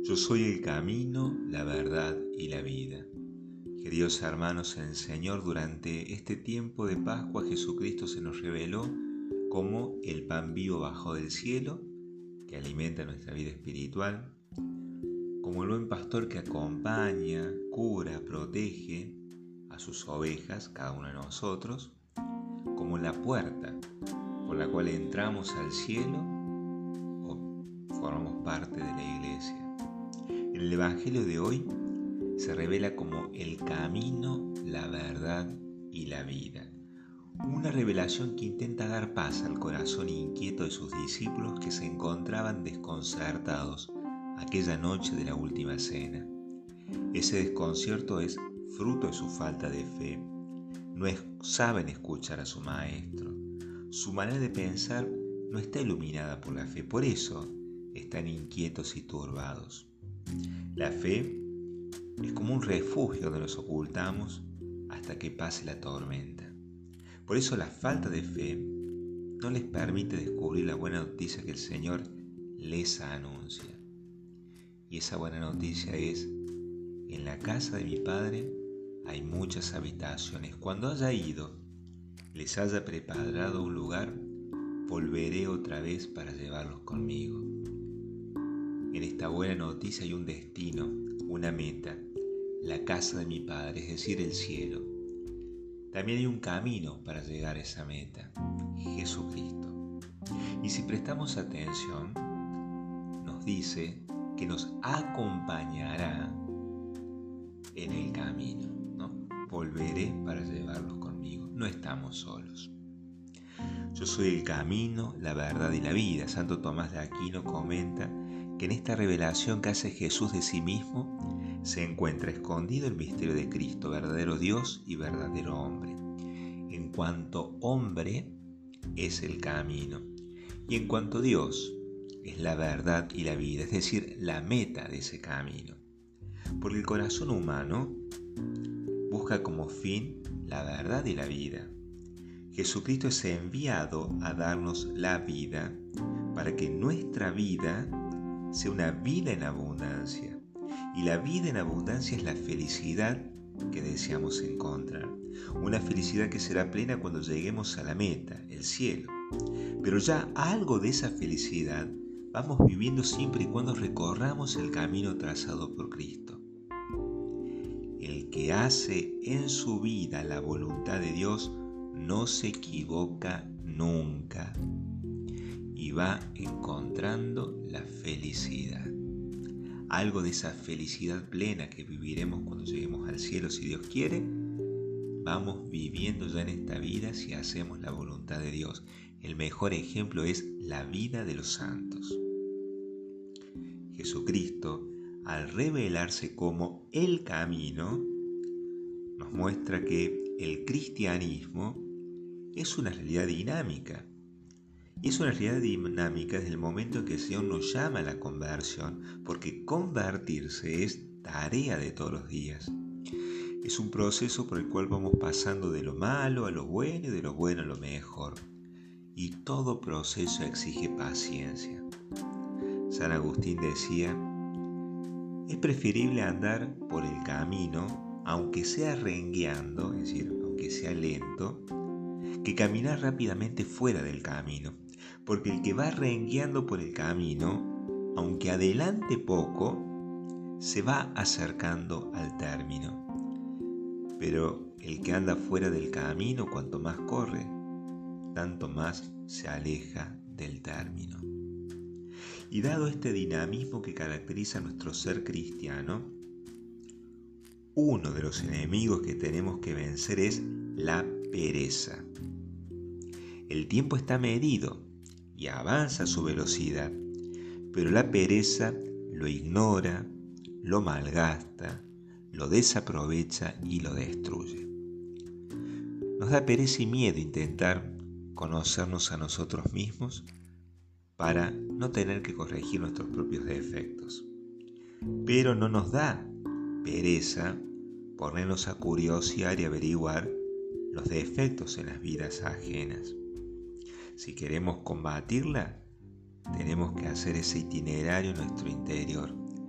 Yo soy el camino, la verdad y la vida. Queridos hermanos en el Señor, durante este tiempo de Pascua Jesucristo se nos reveló como el pan vivo bajó del cielo, que alimenta nuestra vida espiritual, como el buen pastor que acompaña, cura, protege a sus ovejas, cada uno de nosotros, como la puerta por la cual entramos al cielo o formamos parte de la iglesia. En el Evangelio de hoy se revela como el camino, la verdad y la vida. Una revelación que intenta dar paz al corazón inquieto de sus discípulos que se encontraban desconcertados aquella noche de la última cena. Ese desconcierto es fruto de su falta de fe. No saben escuchar a su maestro. Su manera de pensar no está iluminada por la fe, por eso están inquietos y turbados. La fe es como un refugio donde nos ocultamos hasta que pase la tormenta. Por eso la falta de fe no les permite descubrir la buena noticia que el Señor les anuncia. Y esa buena noticia es: en la casa de mi Padre hay muchas habitaciones. Cuando haya ido, les haya preparado un lugar, volveré otra vez para llevarlos conmigo. En esta buena noticia hay un destino, una meta, la casa de mi Padre, es decir, el cielo. También hay un camino para llegar a esa meta, Jesucristo. Y si prestamos atención, nos dice que nos acompañará en el camino, ¿no? Volveré para llevarlos conmigo. No estamos solos. Yo soy el camino, la verdad y la vida. Santo Tomás de Aquino comenta que en esta revelación que hace Jesús de sí mismo se encuentra escondido el misterio de Cristo, verdadero Dios y verdadero hombre. En cuanto hombre es el camino y en cuanto Dios es la verdad y la vida, es decir, la meta de ese camino. Porque el corazón humano busca como fin la verdad y la vida. Jesucristo es enviado a darnos la vida para que nuestra vida sea una vida en abundancia. Y la vida en abundancia es la felicidad que deseamos encontrar. Una felicidad que será plena cuando lleguemos a la meta, el cielo. Pero ya algo de esa felicidad vamos viviendo siempre y cuando recorramos el camino trazado por Cristo. El que hace en su vida la voluntad de Dios no se equivoca nunca y va encontrando la felicidad. Algo de esa felicidad plena que viviremos cuando lleguemos al cielo, si Dios quiere, vamos viviendo ya en esta vida si hacemos la voluntad de Dios. El mejor ejemplo es la vida de los santos. Jesucristo, al revelarse como el camino, nos muestra que el cristianismo es una realidad dinámica. Y es una realidad dinámica desde el momento en que el Señor nos llama a la conversión, porque convertirse es tarea de todos los días. Es un proceso por el cual vamos pasando de lo malo a lo bueno y de lo bueno a lo mejor. Y todo proceso exige paciencia. San Agustín decía: es preferible andar por el camino, aunque sea rengueando, es decir, aunque sea lento, que caminar rápidamente fuera del camino. Porque el que va rengueando por el camino, aunque adelante poco, se va acercando al término. Pero el que anda fuera del camino, cuanto más corre, tanto más se aleja del término. Y dado este dinamismo que caracteriza a nuestro ser cristiano, uno de los enemigos que tenemos que vencer es la pereza. El tiempo está medido y avanza a su velocidad, pero la pereza lo ignora, lo malgasta, lo desaprovecha y lo destruye. Nos da pereza y miedo intentar conocernos a nosotros mismos para no tener que corregir nuestros propios defectos. Pero no nos da pereza ponernos a curiosear y averiguar los defectos en las vidas ajenas. Si queremos combatirla, tenemos que hacer ese itinerario en nuestro interior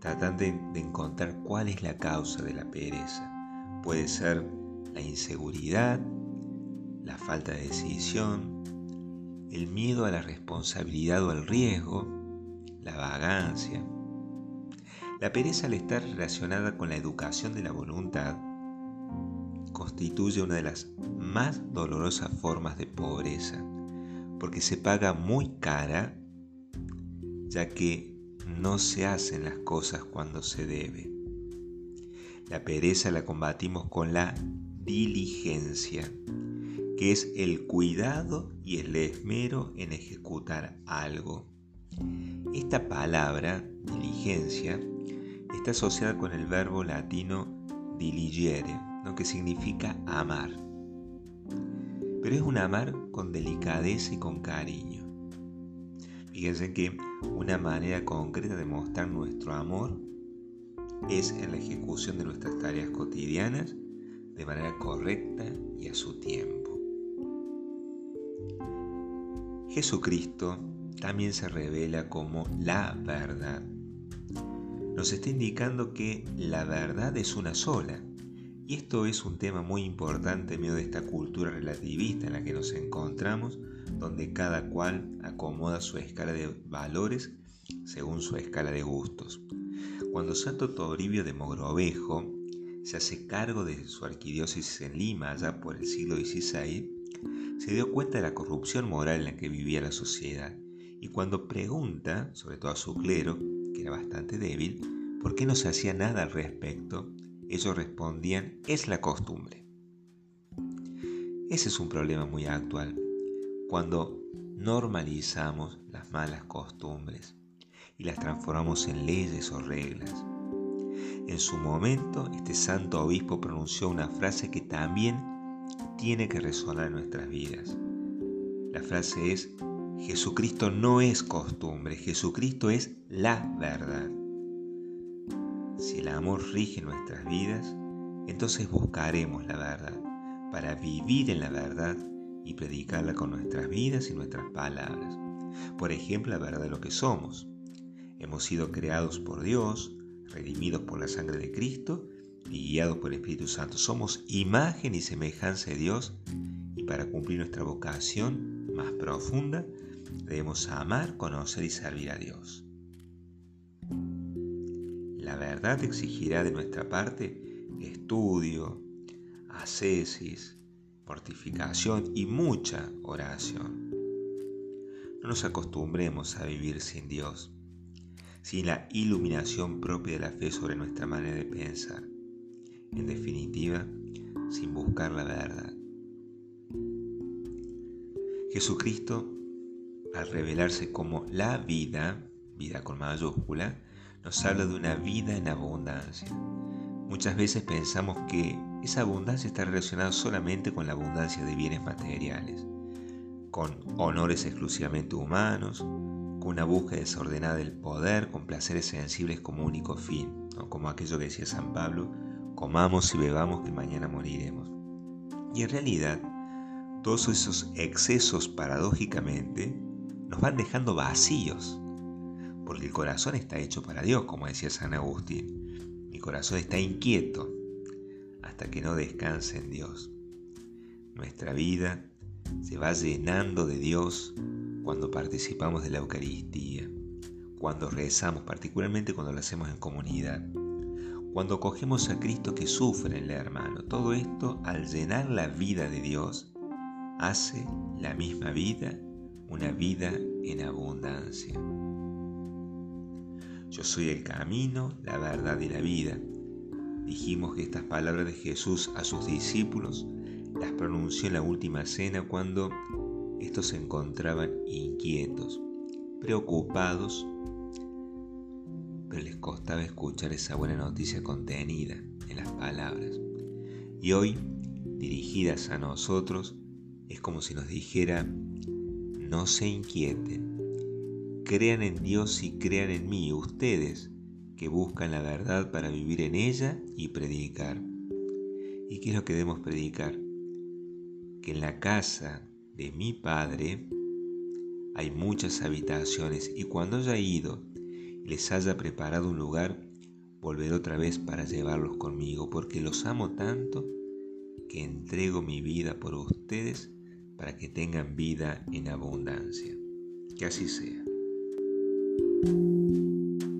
tratando de encontrar cuál es la causa de la pereza. Puede ser la inseguridad, la falta de decisión, el miedo a la responsabilidad o al riesgo, la vagancia. La pereza, al estar relacionada con la educación de la voluntad, constituye una de las más dolorosas formas de pobreza, porque se paga muy cara, ya que no se hacen las cosas cuando se debe. La pereza la combatimos con la diligencia, que es el cuidado y el esmero en ejecutar algo. Esta palabra, diligencia, está asociada con el verbo latino diligere, ¿no?, que significa amar. Pero es un amar con delicadeza y con cariño. Fíjense que una manera concreta de mostrar nuestro amor es en la ejecución de nuestras tareas cotidianas de manera correcta y a su tiempo. Jesucristo también se revela como la verdad. Nos está indicando que la verdad es una sola. Y esto es un tema muy importante en medio de esta cultura relativista en la que nos encontramos, donde cada cual acomoda su escala de valores según su escala de gustos. Cuando Santo Toribio de Mogrovejo se hace cargo de su arquidiócesis en Lima, allá por el siglo XVI, se dio cuenta de la corrupción moral en la que vivía la sociedad, y cuando pregunta, sobre todo a su clero, que era bastante débil, por qué no se hacía nada al respecto, ellos respondían: es la costumbre. Ese es un problema muy actual, cuando normalizamos las malas costumbres y las transformamos en leyes o reglas. En su momento, este santo obispo pronunció una frase que también tiene que resonar en nuestras vidas. La frase es: Jesucristo no es costumbre, Jesucristo es la verdad. Si el amor rige nuestras vidas, entonces buscaremos la verdad para vivir en la verdad y predicarla con nuestras vidas y nuestras palabras. Por ejemplo, la verdad de lo que somos. Hemos sido creados por Dios, redimidos por la sangre de Cristo y guiados por el Espíritu Santo. Somos imagen y semejanza de Dios, y para cumplir nuestra vocación más profunda debemos amar, conocer y servir a Dios. La verdad exigirá de nuestra parte estudio, ascesis, mortificación y mucha oración. No nos acostumbremos a vivir sin Dios, sin la iluminación propia de la fe sobre nuestra manera de pensar. En definitiva, sin buscar la verdad. Jesucristo, al revelarse como la vida, vida con mayúscula, nos habla de una vida en abundancia. Muchas veces pensamos que esa abundancia está relacionada solamente con la abundancia de bienes materiales, con honores exclusivamente humanos, con una búsqueda desordenada del poder, con placeres sensibles como único fin, ¿no? Como aquello que decía San Pablo: comamos y bebamos que mañana moriremos. Y en realidad, todos esos excesos paradójicamente nos van dejando vacíos, porque el corazón está hecho para Dios, como decía San Agustín. Mi corazón está inquieto hasta que no descanse en Dios. Nuestra vida se va llenando de Dios cuando participamos de la Eucaristía, cuando rezamos, particularmente cuando lo hacemos en comunidad, cuando cogemos a Cristo que sufre en el hermano. Todo esto, al llenar la vida de Dios, hace la misma vida una vida en abundancia. Yo soy el camino, la verdad y la vida. Dijimos que estas palabras de Jesús a sus discípulos las pronunció en la última cena, cuando estos se encontraban inquietos, preocupados, pero les costaba escuchar esa buena noticia contenida en las palabras. Y hoy, dirigidas a nosotros, es como si nos dijera: no se inquieten, crean en Dios y crean en mí, ustedes que buscan la verdad para vivir en ella y predicar. ¿Y qué es lo que debemos predicar? Que en la casa de mi Padre hay muchas habitaciones, y cuando haya ido y les haya preparado un lugar, volveré otra vez para llevarlos conmigo, porque los amo tanto que entrego mi vida por ustedes para que tengan vida en abundancia. Que así sea.